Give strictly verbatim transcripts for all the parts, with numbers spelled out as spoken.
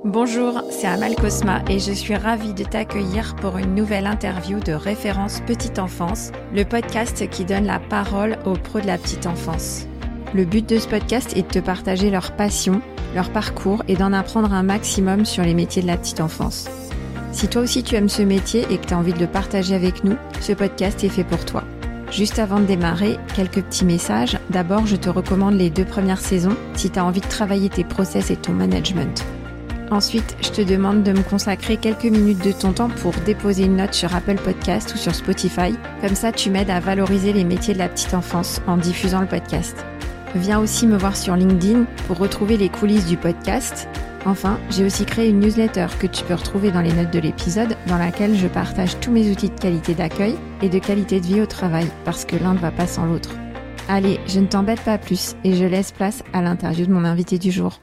Bonjour, c'est Amal Cosma et je suis ravie de t'accueillir pour une nouvelle interview de Référence Petite Enfance, le podcast qui donne la parole aux pros de la petite enfance. Le but de ce podcast est de te partager leur passion, leur parcours et d'en apprendre un maximum sur les métiers de la petite enfance. Si toi aussi tu aimes ce métier et que tu as envie de le partager avec nous, ce podcast est fait pour toi. Juste avant de démarrer, quelques petits messages. D'abord, je te recommande les deux premières saisons si tu as envie de travailler tes process et ton management. Ensuite, je te demande de me consacrer quelques minutes de ton temps pour déposer une note sur Apple Podcast ou sur Spotify. Comme ça, tu m'aides à valoriser les métiers de la petite enfance en diffusant le podcast. Viens aussi me voir sur LinkedIn pour retrouver les coulisses du podcast. Enfin, j'ai aussi créé une newsletter que tu peux retrouver dans les notes de l'épisode, dans laquelle je partage tous mes outils de qualité d'accueil et de qualité de vie au travail, parce que l'un ne va pas sans l'autre. Allez, je ne t'embête pas plus et je laisse place à l'interview de mon invité du jour.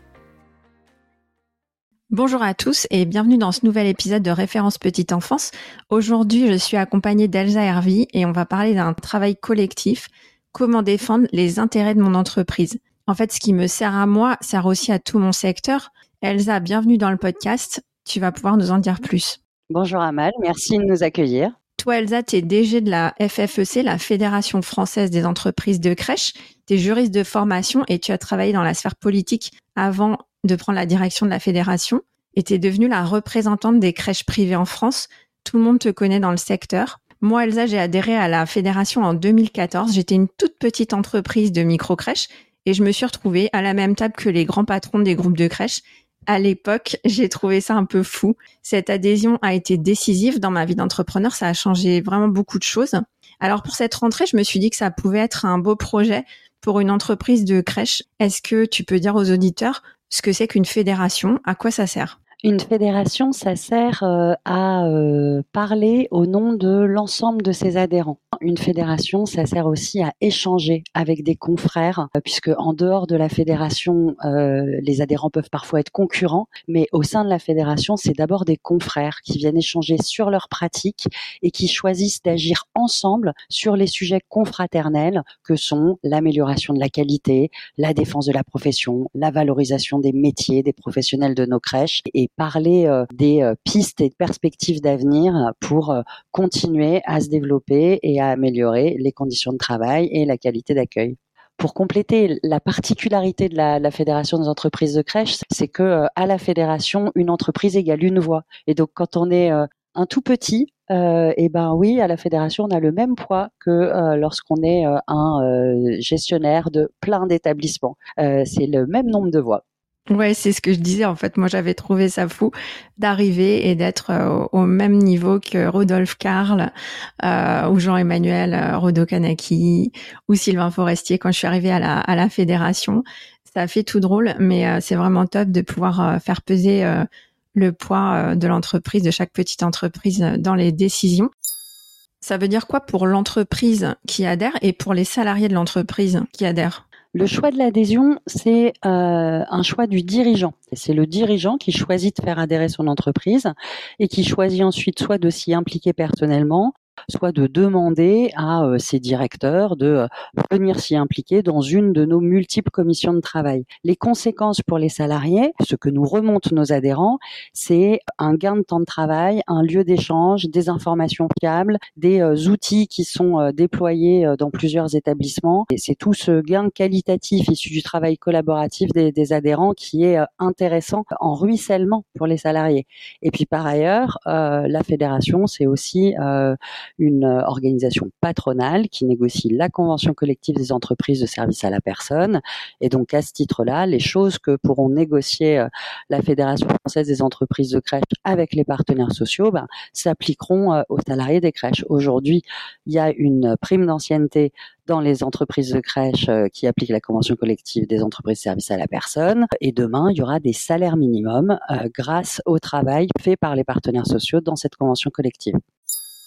Bonjour à tous et bienvenue dans ce nouvel épisode de Référence Petite Enfance. Aujourd'hui, je suis accompagnée d'Elsa Hervy et on va parler d'un travail collectif, comment défendre les intérêts de mon entreprise. En fait, ce qui me sert à moi, sert aussi à tout mon secteur. Elsa, bienvenue dans le podcast. Tu vas pouvoir nous en dire plus. Bonjour Amal, merci de nous accueillir. Toi, Elsa, tu es D G de la F F E C, la Fédération française des entreprises de crèches. Tu es juriste de formation et tu as travaillé dans la sphère politique avant de prendre la direction de la fédération et tu es devenue la représentante des crèches privées en France. Tout le monde te connaît dans le secteur. Moi, Elsa, j'ai adhéré à la fédération en deux mille quatorze. J'étais une toute petite entreprise de micro-crèches et je me suis retrouvée à la même table que les grands patrons des groupes de crèches. À l'époque, j'ai trouvé ça un peu fou. Cette adhésion a été décisive dans ma vie d'entrepreneur. Ça a changé vraiment beaucoup de choses. Alors, pour cette rentrée, je me suis dit que ça pouvait être un beau projet pour une entreprise de crèche. Est-ce que tu peux dire aux auditeurs ce que c'est qu'une fédération, à quoi ça sert ? Une fédération, ça sert euh, à euh, parler au nom de l'ensemble de ses adhérents. Une fédération, ça sert aussi à échanger avec des confrères, euh, puisque en dehors de la fédération, euh, les adhérents peuvent parfois être concurrents, mais au sein de la fédération, c'est d'abord des confrères qui viennent échanger sur leurs pratiques et qui choisissent d'agir ensemble sur les sujets confraternels que sont l'amélioration de la qualité, la défense de la profession, la valorisation des métiers, des professionnels de nos crèches et parler euh, des euh, pistes et de perspectives d'avenir pour euh, continuer à se développer et à améliorer les conditions de travail et la qualité d'accueil. Pour compléter, la particularité de la, la Fédération des entreprises de crèche, c'est que euh, à la fédération, une entreprise égale une voix. Et donc, quand on est euh, un tout petit, euh, et ben oui, à la fédération, on a le même poids que euh, lorsqu'on est euh, un euh, gestionnaire de plein d'établissements. Euh, c'est le même nombre de voix. Ouais, c'est ce que je disais. En fait, moi, j'avais trouvé ça fou d'arriver et d'être euh, au même niveau que Rodolphe Karl euh, ou Jean-Emmanuel euh, Rodokanaki ou Sylvain Forestier quand je suis arrivée à la, à la fédération. Ça fait tout drôle, mais euh, c'est vraiment top de pouvoir euh, faire peser euh, le poids euh, de l'entreprise, de chaque petite entreprise euh, dans les décisions. Ça veut dire quoi pour l'entreprise qui adhère et pour les salariés de l'entreprise qui adhèrent ? Le choix de l'adhésion, c'est euh, un choix du dirigeant. C'est le dirigeant qui choisit de faire adhérer son entreprise et qui choisit ensuite soit de s'y impliquer personnellement, soit de demander à euh, ses directeurs de euh, venir s'y impliquer dans une de nos multiples commissions de travail. Les conséquences pour les salariés, ce que nous remontent nos adhérents, c'est un gain de temps de travail, un lieu d'échange, des informations fiables, des euh, outils qui sont euh, déployés euh, dans plusieurs établissements. Et c'est tout ce gain qualitatif issu du travail collaboratif des, des adhérents qui est euh, intéressant en ruissellement pour les salariés. Et puis par ailleurs, euh, la fédération, c'est aussi euh, une organisation patronale qui négocie la convention collective des entreprises de services à la personne. Et donc, à ce titre-là, les choses que pourront négocier la Fédération française des entreprises de crèches avec les partenaires sociaux ben, s'appliqueront aux salariés des crèches. Aujourd'hui, il y a une prime d'ancienneté dans les entreprises de crèche qui appliquent la convention collective des entreprises de services à la personne. Et demain, il y aura des salaires minimums euh, grâce au travail fait par les partenaires sociaux dans cette convention collective.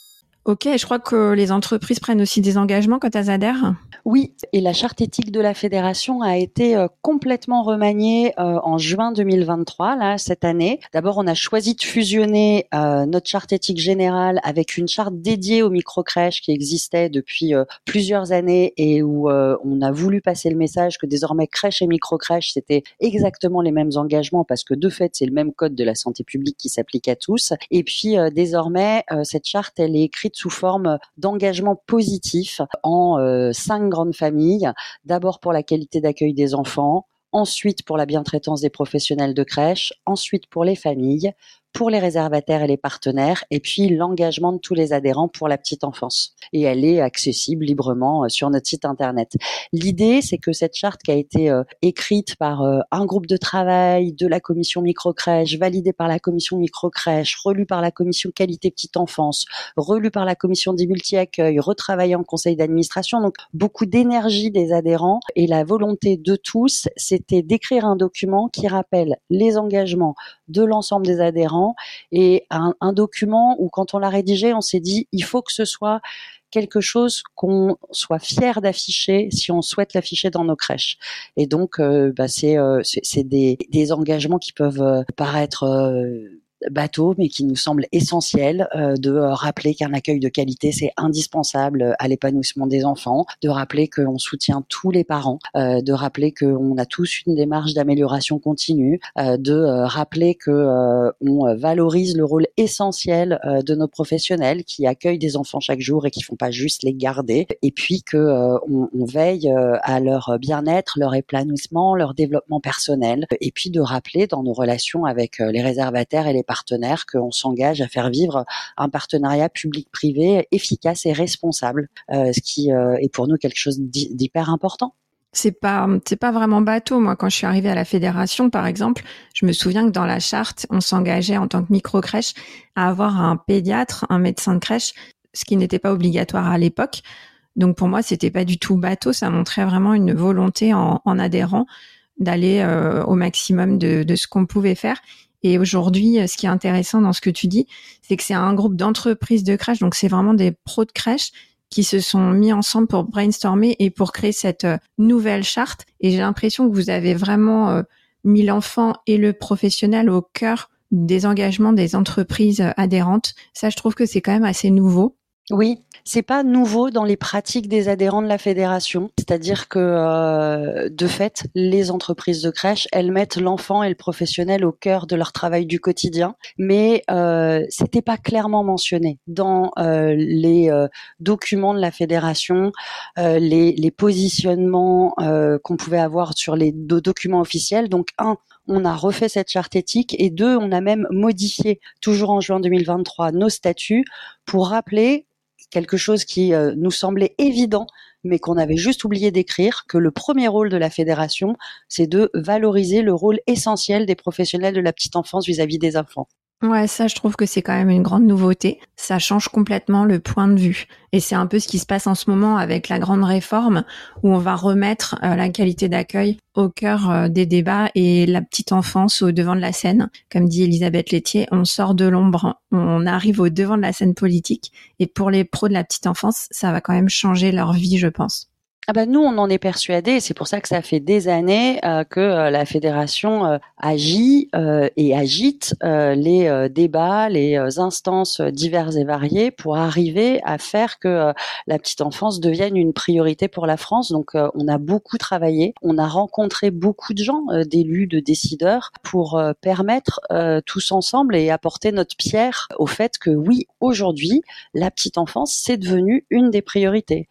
Ok, je crois que les entreprises prennent aussi des engagements quand elles adhèrent. Oui, et la charte éthique de la fédération a été euh, complètement remaniée euh, en juin deux mille vingt-trois, là, cette année. D'abord, on a choisi de fusionner euh, notre charte éthique générale avec une charte dédiée aux microcrèches qui existait depuis euh, plusieurs années et où euh, on a voulu passer le message que désormais crèche et microcrèche, c'était exactement les mêmes engagements parce que de fait, c'est le même code de la santé publique qui s'applique à tous. Et puis, euh, désormais, euh, cette charte, elle est écrite sous forme d'engagement positif en euh, cinq grandes familles. D'abord pour la qualité d'accueil des enfants, ensuite pour la bientraitance des professionnels de crèche, ensuite pour les familles, pour les réservataires et les partenaires, et puis l'engagement de tous les adhérents pour la petite enfance. Et elle est accessible librement sur notre site internet. L'idée, c'est que cette charte qui a été euh, écrite par euh, un groupe de travail de la commission microcrèche, validée par la commission microcrèche, relue par la commission qualité petite enfance, relue par la commission des multi-accueils, retravaillée en conseil d'administration, donc beaucoup d'énergie des adhérents. Et la volonté de tous, c'était d'écrire un document qui rappelle les engagements de l'ensemble des adhérents et un, un document où quand on l'a rédigé, on s'est dit il faut que ce soit quelque chose qu'on soit fier d'afficher si on souhaite l'afficher dans nos crèches. Et donc, euh, bah, c'est, euh, c'est, c'est des, des engagements qui peuvent euh, paraître euh, bateau, mais qui nous semble essentiel euh, de euh, rappeler qu'un accueil de qualité, c'est indispensable à l'épanouissement des enfants, de rappeler qu'on soutient tous les parents, euh, de rappeler qu'on a tous une démarche d'amélioration continue, euh, de euh, rappeler que euh, on valorise le rôle essentiel euh, de nos professionnels qui accueillent des enfants chaque jour et qui font pas juste les garder, et puis que euh, on, on veille euh, à leur bien-être, leur épanouissement, leur développement personnel, et puis de rappeler dans nos relations avec euh, les réservataires et les partenaires qu'on s'engage à faire vivre un partenariat public-privé efficace et responsable, euh, ce qui euh, est pour nous quelque chose d'hyper important. C'est pas, c'est pas vraiment bateau. Moi, quand je suis arrivée à la fédération, par exemple, je me souviens que dans la charte, on s'engageait en tant que microcrèche à avoir un pédiatre, un médecin de crèche, ce qui n'était pas obligatoire à l'époque. Donc pour moi, c'était pas du tout bateau. Ça montrait vraiment une volonté en, en adhérant d'aller euh, au maximum de, de ce qu'on pouvait faire. Et aujourd'hui, ce qui est intéressant dans ce que tu dis, c'est que c'est un groupe d'entreprises de crèche, donc c'est vraiment des pros de crèche qui se sont mis ensemble pour brainstormer et pour créer cette nouvelle charte. Et j'ai l'impression que vous avez vraiment euh, mis l'enfant et le professionnel au cœur des engagements des entreprises adhérentes. Ça, je trouve que c'est quand même assez nouveau. Oui, c'est pas nouveau dans les pratiques des adhérents de la fédération, c'est-à-dire que euh, de fait, les entreprises de crèche, elles mettent l'enfant et le professionnel au cœur de leur travail du quotidien, mais euh, c'était pas clairement mentionné dans euh, les euh, documents de la fédération, euh, les, les positionnements euh, qu'on pouvait avoir sur les do- documents officiels. Donc un, on a refait cette charte éthique et deux, on a même modifié, toujours en juin deux mille vingt-trois, nos statuts pour rappeler quelque chose qui euh, nous semblait évident, mais qu'on avait juste oublié d'écrire, que le premier rôle de la fédération, c'est de valoriser le rôle essentiel des professionnels de la petite enfance vis-à-vis des enfants. Ouais, ça, je trouve que c'est quand même une grande nouveauté. Ça change complètement le point de vue. Et c'est un peu ce qui se passe en ce moment avec la grande réforme où on va remettre euh, la qualité d'accueil au cœur euh, des débats et la petite enfance au devant de la scène. Comme dit Elisabeth Laitier, on sort de l'ombre, on arrive au devant de la scène politique. Et pour les pros de la petite enfance, ça va quand même changer leur vie, je pense. Ah ben nous, on en est persuadés, et c'est pour ça que ça fait des années euh, que euh, la fédération euh, agit euh, et agite euh, les euh, débats, les euh, instances diverses et variées pour arriver à faire que euh, la petite enfance devienne une priorité pour la France. Donc euh, on a beaucoup travaillé, on a rencontré beaucoup de gens, euh, d'élus, de décideurs, pour euh, permettre euh, tous ensemble et apporter notre pierre au fait que oui, aujourd'hui, la petite enfance, c'est devenu une des priorités.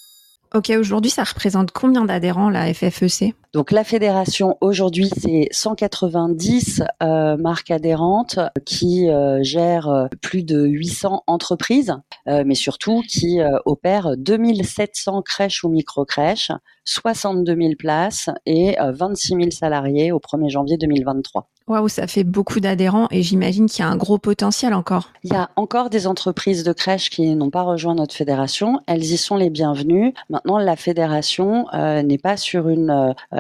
Ok, aujourd'hui, ça représente combien d'adhérents, la F F E C ? Donc la fédération aujourd'hui c'est cent quatre-vingt-dix euh, marques adhérentes qui euh, gèrent euh, plus de huit cents entreprises, euh, mais surtout qui euh, opèrent deux mille sept cents crèches ou micro-crèches, soixante-deux mille places et euh, vingt-six mille salariés au premier janvier deux mille vingt-trois. Waouh, ça fait beaucoup d'adhérents et j'imagine qu'il y a un gros potentiel encore. Il y a encore des entreprises de crèches qui n'ont pas rejoint notre fédération. Elles y sont les bienvenues. Maintenant, la fédération euh, n'est pas sur une euh,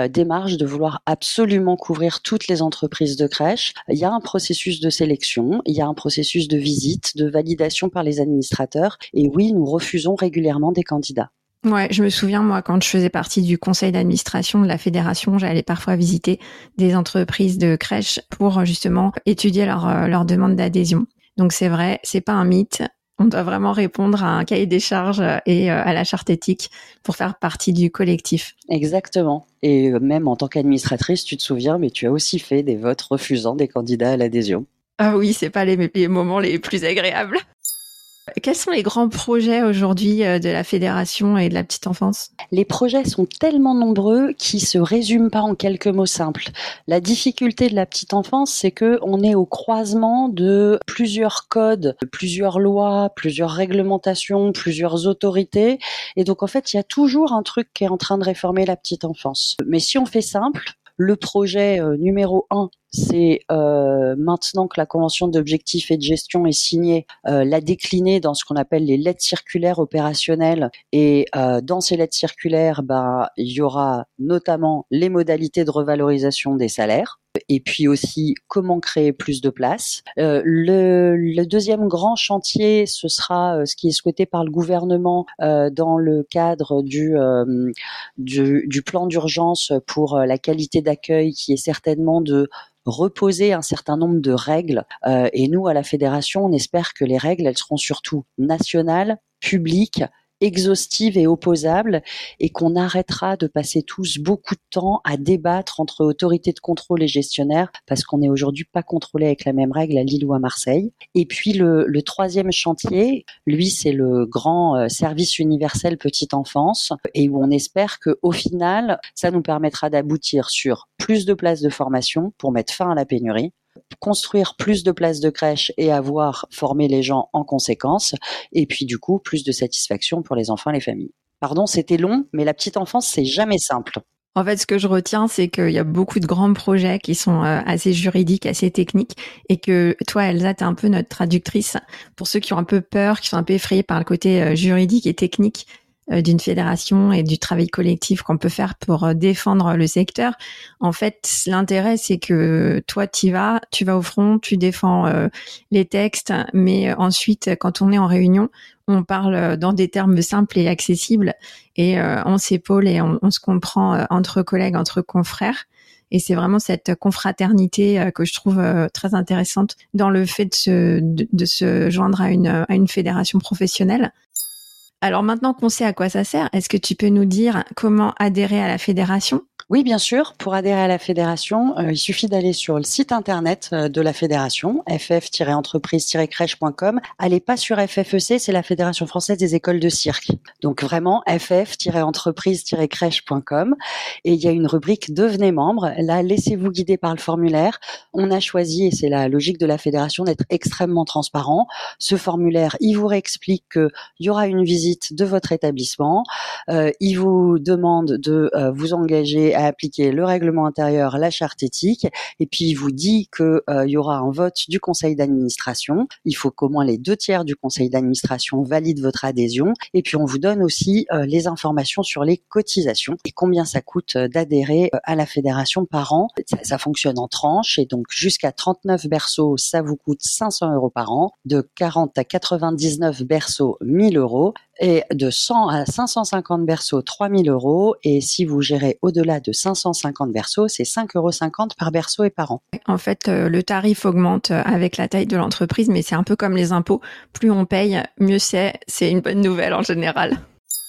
euh, démarche de vouloir absolument couvrir toutes les entreprises de crèche. Il y a un processus de sélection, il y a un processus de visite, de validation par les administrateurs. Et oui, nous refusons régulièrement des candidats. Ouais, je me souviens, moi, quand je faisais partie du conseil d'administration de la fédération, j'allais parfois visiter des entreprises de crèches pour justement étudier leur, leur demande d'adhésion. Donc c'est vrai, c'est pas un mythe. On doit vraiment répondre à un cahier des charges et à la charte éthique pour faire partie du collectif. Exactement. Et même en tant qu'administratrice, tu te souviens, mais tu as aussi fait des votes refusant des candidats à l'adhésion. Ah oui, c'est pas les, les moments les plus agréables. Quels sont les grands projets aujourd'hui de la fédération et de la petite enfance ? Les projets sont tellement nombreux qu'ils se résument pas en quelques mots simples. La difficulté de la petite enfance, c'est que on est au croisement de plusieurs codes, plusieurs lois, plusieurs réglementations, plusieurs autorités. Et donc, en fait, il y a toujours un truc qui est en train de réformer la petite enfance. Mais si on fait simple, le projet euh, numéro un, c'est euh, maintenant que la convention d'objectifs et de gestion est signée, euh, la décliner dans ce qu'on appelle les lettres circulaires opérationnelles. Et euh, dans ces lettres circulaires, bah, il y aura notamment les modalités de revalorisation des salaires. Et puis aussi comment créer plus de places. Euh, le, le deuxième grand chantier, ce sera euh, ce qui est souhaité par le gouvernement euh, dans le cadre du, euh, du, du plan d'urgence pour euh, la qualité d'accueil, qui est certainement de reposer un certain nombre de règles. Euh, et nous, à la fédération, on espère que les règles, elles seront surtout nationales, publiques, exhaustive et opposable, et qu'on arrêtera de passer tous beaucoup de temps à débattre entre autorités de contrôle et gestionnaires, parce qu'on n'est aujourd'hui pas contrôlé avec la même règle à Lille ou à Marseille. Et puis le, le troisième chantier, lui, c'est le grand service universel petite enfance, et où on espère que au final, ça nous permettra d'aboutir sur plus de places de formation pour mettre fin à la pénurie, construire plus de places de crèche et avoir formé les gens en conséquence, et puis du coup plus de satisfaction pour les enfants et les familles. Pardon, c'était long, mais la petite enfance, c'est jamais simple. En fait, ce que je retiens, c'est qu'il y a beaucoup de grands projets qui sont assez juridiques, assez techniques, et que toi, Elsa, t'es un peu notre traductrice pour ceux qui ont un peu peur, qui sont un peu effrayés par le côté juridique et technique d'une fédération et du travail collectif qu'on peut faire pour défendre le secteur. En fait, l'intérêt, c'est que toi, t'y vas, tu vas au front, tu défends euh, les textes, mais ensuite, quand on est en réunion, on parle dans des termes simples et accessibles, et euh, on s'épaule et on, on se comprend euh, entre collègues, entre confrères. Et c'est vraiment cette confraternité euh, que je trouve euh, très intéressante dans le fait de se, de, de se joindre à une, à une fédération professionnelle. Alors maintenant qu'on sait à quoi ça sert, est-ce que tu peux nous dire comment adhérer à la fédération ? Oui, bien sûr. Pour adhérer à la fédération, euh, il suffit d'aller sur le site internet euh, de la fédération, f f tiret entreprise tiret crèche point com. Allez pas sur F F E C, c'est la Fédération française des écoles de cirque. Donc vraiment, f f tiret entreprise tiret crèche point com. Et il y a une rubrique Devenez membre. Là, laissez-vous guider par le formulaire. On a choisi, et c'est la logique de la fédération, d'être extrêmement transparent. Ce formulaire, il vous réexplique qu'il y aura une visite de votre établissement. Euh, il vous demande de euh, vous engager à appliquer le règlement intérieur, la charte éthique, et puis il vous dit que euh, il y aura un vote du conseil d'administration. Il faut qu'au moins les deux tiers du conseil d'administration valident votre adhésion, et puis on vous donne aussi euh, les informations sur les cotisations et combien ça coûte euh, d'adhérer euh, à la fédération par an. Ça, ça fonctionne en tranches, et donc jusqu'à trente-neuf berceaux, ça vous coûte cinq cents euros par an, de quarante à quatre-vingt-dix-neuf berceaux, mille euros, et de cent à cinq cent cinquante berceaux, trois mille euros. Et si vous gérez au-delà de cinq cent cinquante berceaux, c'est cinq euros cinquante par berceau et par an. En fait, euh, le tarif augmente avec la taille de l'entreprise, mais c'est un peu comme les impôts. Plus on paye, mieux c'est. C'est une bonne nouvelle en général.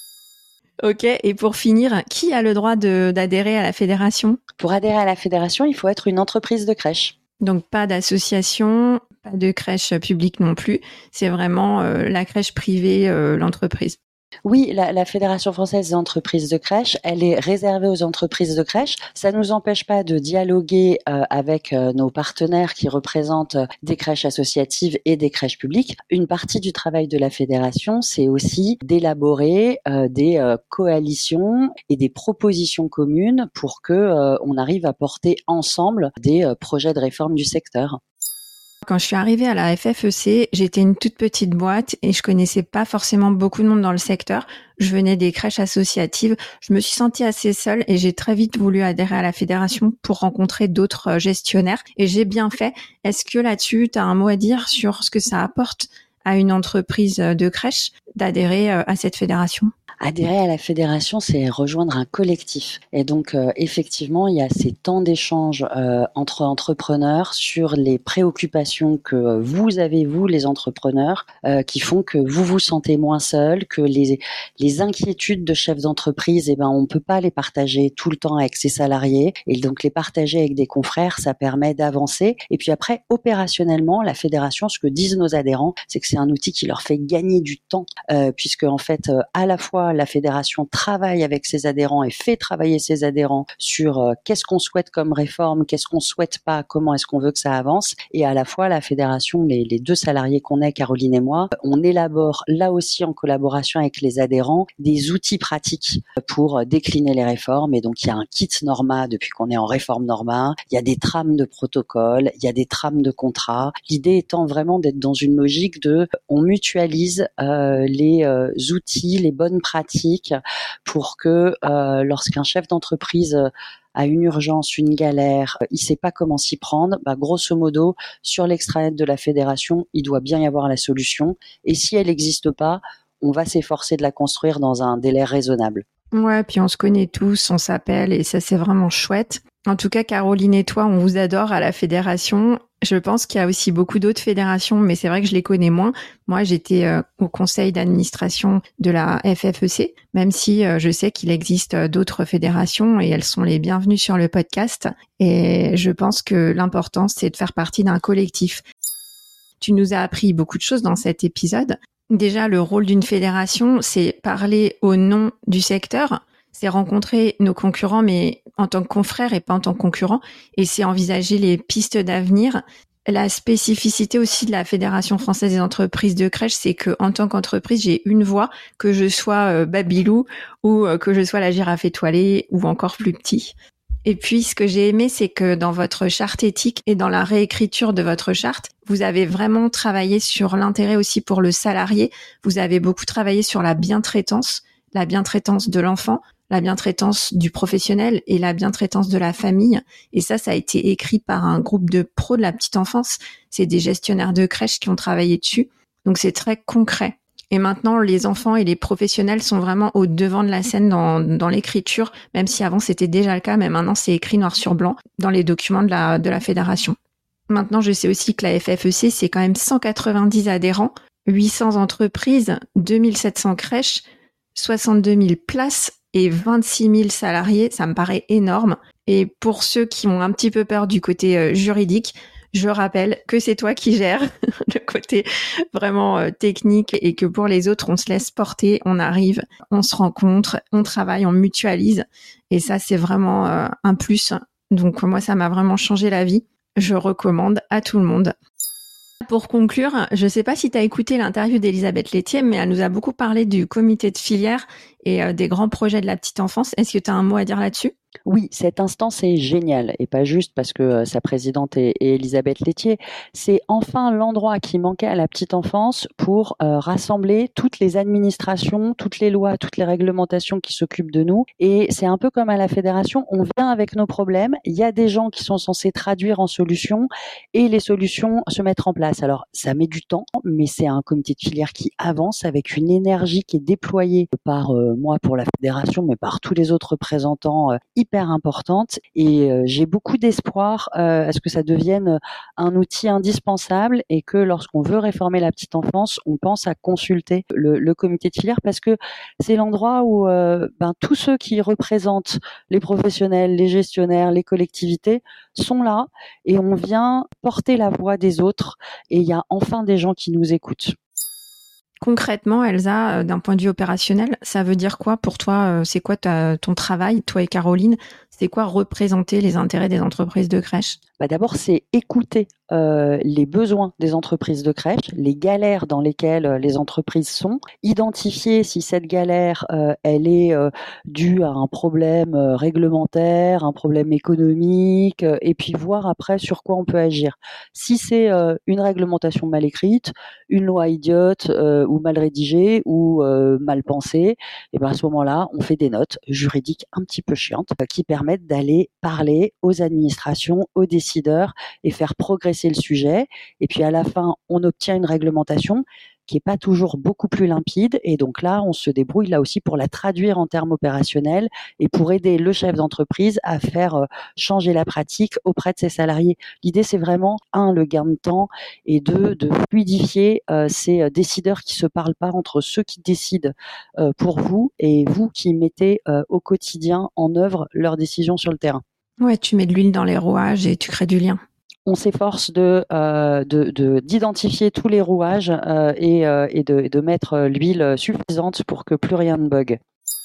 Ok, et pour finir, qui a le droit de, d'adhérer à la fédération ? Pour adhérer à la fédération, il faut être une entreprise de crèche. Donc pas d'association, pas de crèche publique non plus. C'est vraiment euh, la crèche privée, euh, l'entreprise. Oui, la, la Fédération française des entreprises de crèche, elle est réservée aux entreprises de crèche. Ça nous empêche pas de dialoguer euh, avec euh, nos partenaires qui représentent euh, des crèches associatives et des crèches publiques. Une partie du travail de la fédération, c'est aussi d'élaborer euh, des euh, coalitions et des propositions communes pour que euh, on arrive à porter ensemble des euh, projets de réforme du secteur. Quand je suis arrivée à la F F E C, j'étais une toute petite boîte et je connaissais pas forcément beaucoup de monde dans le secteur. Je venais des crèches associatives. Je me suis sentie assez seule et j'ai très vite voulu adhérer à la fédération pour rencontrer d'autres gestionnaires. Et j'ai bien fait. Est-ce que là-dessus, tu as un mot à dire sur ce que ça apporte à une entreprise de crèche d'adhérer à cette fédération ? Adhérer à la fédération, c'est rejoindre un collectif. Et donc, euh, effectivement, il y a ces temps d'échange euh, entre entrepreneurs sur les préoccupations que vous avez, vous, les entrepreneurs, euh, qui font que vous vous sentez moins seul, que les, les inquiétudes de chefs d'entreprise, eh ben, on peut pas les partager tout le temps avec ses salariés. Et donc, les partager avec des confrères, ça permet d'avancer. Et puis après, opérationnellement, la fédération, ce que disent nos adhérents, c'est que c'est un outil qui leur fait gagner du temps, euh, puisque en fait, euh, à la fois la fédération travaille avec ses adhérents et fait travailler ses adhérents sur euh, qu'est-ce qu'on souhaite comme réforme, qu'est-ce qu'on souhaite pas, comment est-ce qu'on veut que ça avance. Et à la fois, la fédération, les, les deux salariés qu'on est, Caroline et moi, on élabore là aussi en collaboration avec les adhérents des outils pratiques pour décliner les réformes. Et donc, il y a un kit Norma depuis qu'on est en réforme Norma. Il y a des trames de protocole, il y a des trames de contrats. L'idée étant vraiment d'être dans une logique de on mutualise euh, les euh, outils, les bonnes pratiques pour que euh, lorsqu'un chef d'entreprise a une urgence, une galère, il sait pas comment s'y prendre, bah, grosso modo, sur l'extranet de la fédération, il doit bien y avoir la solution. Et si elle n'existe pas, on va s'efforcer de la construire dans un délai raisonnable. Ouais, puis on se connaît tous, on s'appelle et ça, c'est vraiment chouette. En tout cas, Caroline et toi, on vous adore à la fédération. Je pense qu'il y a aussi beaucoup d'autres fédérations, mais c'est vrai que je les connais moins. Moi, j'étais euh, au conseil d'administration de la F F E C, même si euh, je sais qu'il existe d'autres fédérations et elles sont les bienvenues sur le podcast. Et je pense que l'important, c'est de faire partie d'un collectif. Tu nous as appris beaucoup de choses dans cet épisode. Déjà, le rôle d'une fédération, c'est parler au nom du secteur, c'est rencontrer nos concurrents, mais en tant que confrères et pas en tant que concurrents, et c'est envisager les pistes d'avenir. La spécificité aussi de la Fédération française des entreprises de crèche, c'est que en tant qu'entreprise, j'ai une voix, que je sois euh, Babylou ou euh, que je sois la girafe étoilée ou encore plus petit. Et puis, ce que j'ai aimé, c'est que dans votre charte éthique et dans la réécriture de votre charte, vous avez vraiment travaillé sur l'intérêt aussi pour le salarié. Vous avez beaucoup travaillé sur la bientraitance, la bientraitance de l'enfant, la bientraitance du professionnel et la bientraitance de la famille. Et ça, ça a été écrit par un groupe de pros de la petite enfance. C'est des gestionnaires de crèche qui ont travaillé dessus. Donc, c'est très concret. Et maintenant, les enfants et les professionnels sont vraiment au devant de la scène dans, dans l'écriture, même si avant c'était déjà le cas, mais maintenant c'est écrit noir sur blanc dans les documents de la, de la fédération. Maintenant, je sais aussi que la F F E C, c'est quand même cent quatre-vingt-dix adhérents, huit cents entreprises, deux mille sept cents crèches, soixante-deux mille places et vingt-six mille salariés. Ça me paraît énorme. Et pour ceux qui ont un petit peu peur du côté euh, juridique, je rappelle que c'est toi qui gères le côté vraiment euh, technique et que pour les autres, on se laisse porter, on arrive, on se rencontre, on travaille, on mutualise. Et ça, c'est vraiment euh, un plus. Donc moi, ça m'a vraiment changé la vie. Je recommande à tout le monde. Pour conclure, je ne sais pas si tu as écouté l'interview d'Elisabeth Laitier, mais elle nous a beaucoup parlé du comité de filière et euh, des grands projets de la petite enfance. Est-ce que tu as un mot à dire là-dessus ? Oui, cette instance est géniale et pas juste parce que euh, sa présidente est, est Elisabeth Laitier. C'est enfin l'endroit qui manquait à la petite enfance pour euh, rassembler toutes les administrations, toutes les lois, toutes les réglementations qui s'occupent de nous. Et c'est un peu comme à la fédération, on vient avec nos problèmes, il y a des gens qui sont censés traduire en solutions et les solutions se mettre en place. Alors, ça met du temps, mais c'est un comité de filière qui avance avec une énergie qui est déployée par euh, moi pour la fédération, mais par tous les autres représentants euh, hyper importante et euh, j'ai beaucoup d'espoir euh, à ce que ça devienne un outil indispensable et que lorsqu'on veut réformer la petite enfance, on pense à consulter le, le comité de filière parce que c'est l'endroit où euh, ben, tous ceux qui représentent les professionnels, les gestionnaires, les collectivités sont là et on vient porter la voix des autres et il y a enfin des gens qui nous écoutent. Concrètement, Elsa, euh, d'un point de vue opérationnel, ça veut dire quoi pour toi ? euh, C'est quoi ta, ton travail, toi et Caroline ? C'est quoi représenter les intérêts des entreprises de crèche ? Bah d'abord, c'est écouter euh, les besoins des entreprises de crèche, les galères dans lesquelles euh, les entreprises sont, identifier si cette galère, euh, elle est euh, due à un problème euh, réglementaire, un problème économique, euh, et puis voir après sur quoi on peut agir. Si c'est euh, une réglementation mal écrite, une loi idiote euh, ou mal rédigée ou euh, mal pensée, et ben à ce moment-là, on fait des notes juridiques un petit peu chiantes euh, qui permettent d'aller parler aux administrations, aux décideurs et faire progresser le sujet. Et puis à la fin, on obtient une réglementation qui est pas toujours beaucoup plus limpide. Et donc là, on se débrouille là aussi pour la traduire en termes opérationnels et pour aider le chef d'entreprise à faire changer la pratique auprès de ses salariés. L'idée, c'est vraiment, un, le gain de temps et deux, de fluidifier euh, ces décideurs qui se parlent pas entre ceux qui décident euh, pour vous et vous qui mettez euh, au quotidien en œuvre leurs décisions sur le terrain. Ouais, tu mets de l'huile dans les rouages et tu crées du lien. On s'efforce de, euh, de, de d'identifier tous les rouages euh, et, euh, et, de, et de mettre l'huile suffisante pour que plus rien ne bug.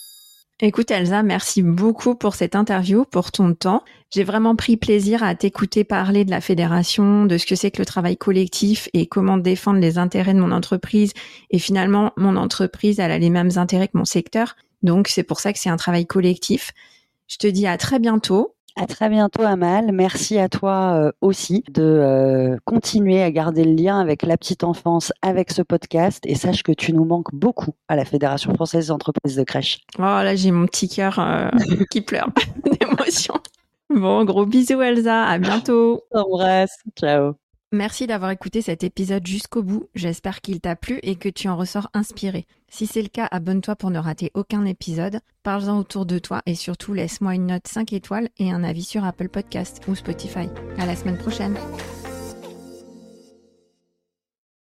Écoute Elsa, merci beaucoup pour cette interview, pour ton temps. J'ai vraiment pris plaisir à t'écouter parler de la fédération, de ce que c'est que le travail collectif et comment défendre les intérêts de mon entreprise. Et finalement, mon entreprise, elle a les mêmes intérêts que mon secteur. Donc, c'est pour ça que c'est un travail collectif. Je te dis à très bientôt. À très bientôt, Amal. Merci à toi euh, aussi de euh, continuer à garder le lien avec la petite enfance, avec ce podcast. Et sache que tu nous manques beaucoup à la Fédération française des entreprises de crèche. Oh là, j'ai mon petit cœur euh, qui pleure d'émotion. Bon, gros bisous Elsa, à bientôt. T'embrasse, ciao. Merci d'avoir écouté cet épisode jusqu'au bout. J'espère qu'il t'a plu et que tu en ressors inspiré. Si c'est le cas, abonne-toi pour ne rater aucun épisode. Parle-en autour de toi et surtout laisse-moi une note cinq étoiles et un avis sur Apple Podcast ou Spotify. À la semaine prochaine.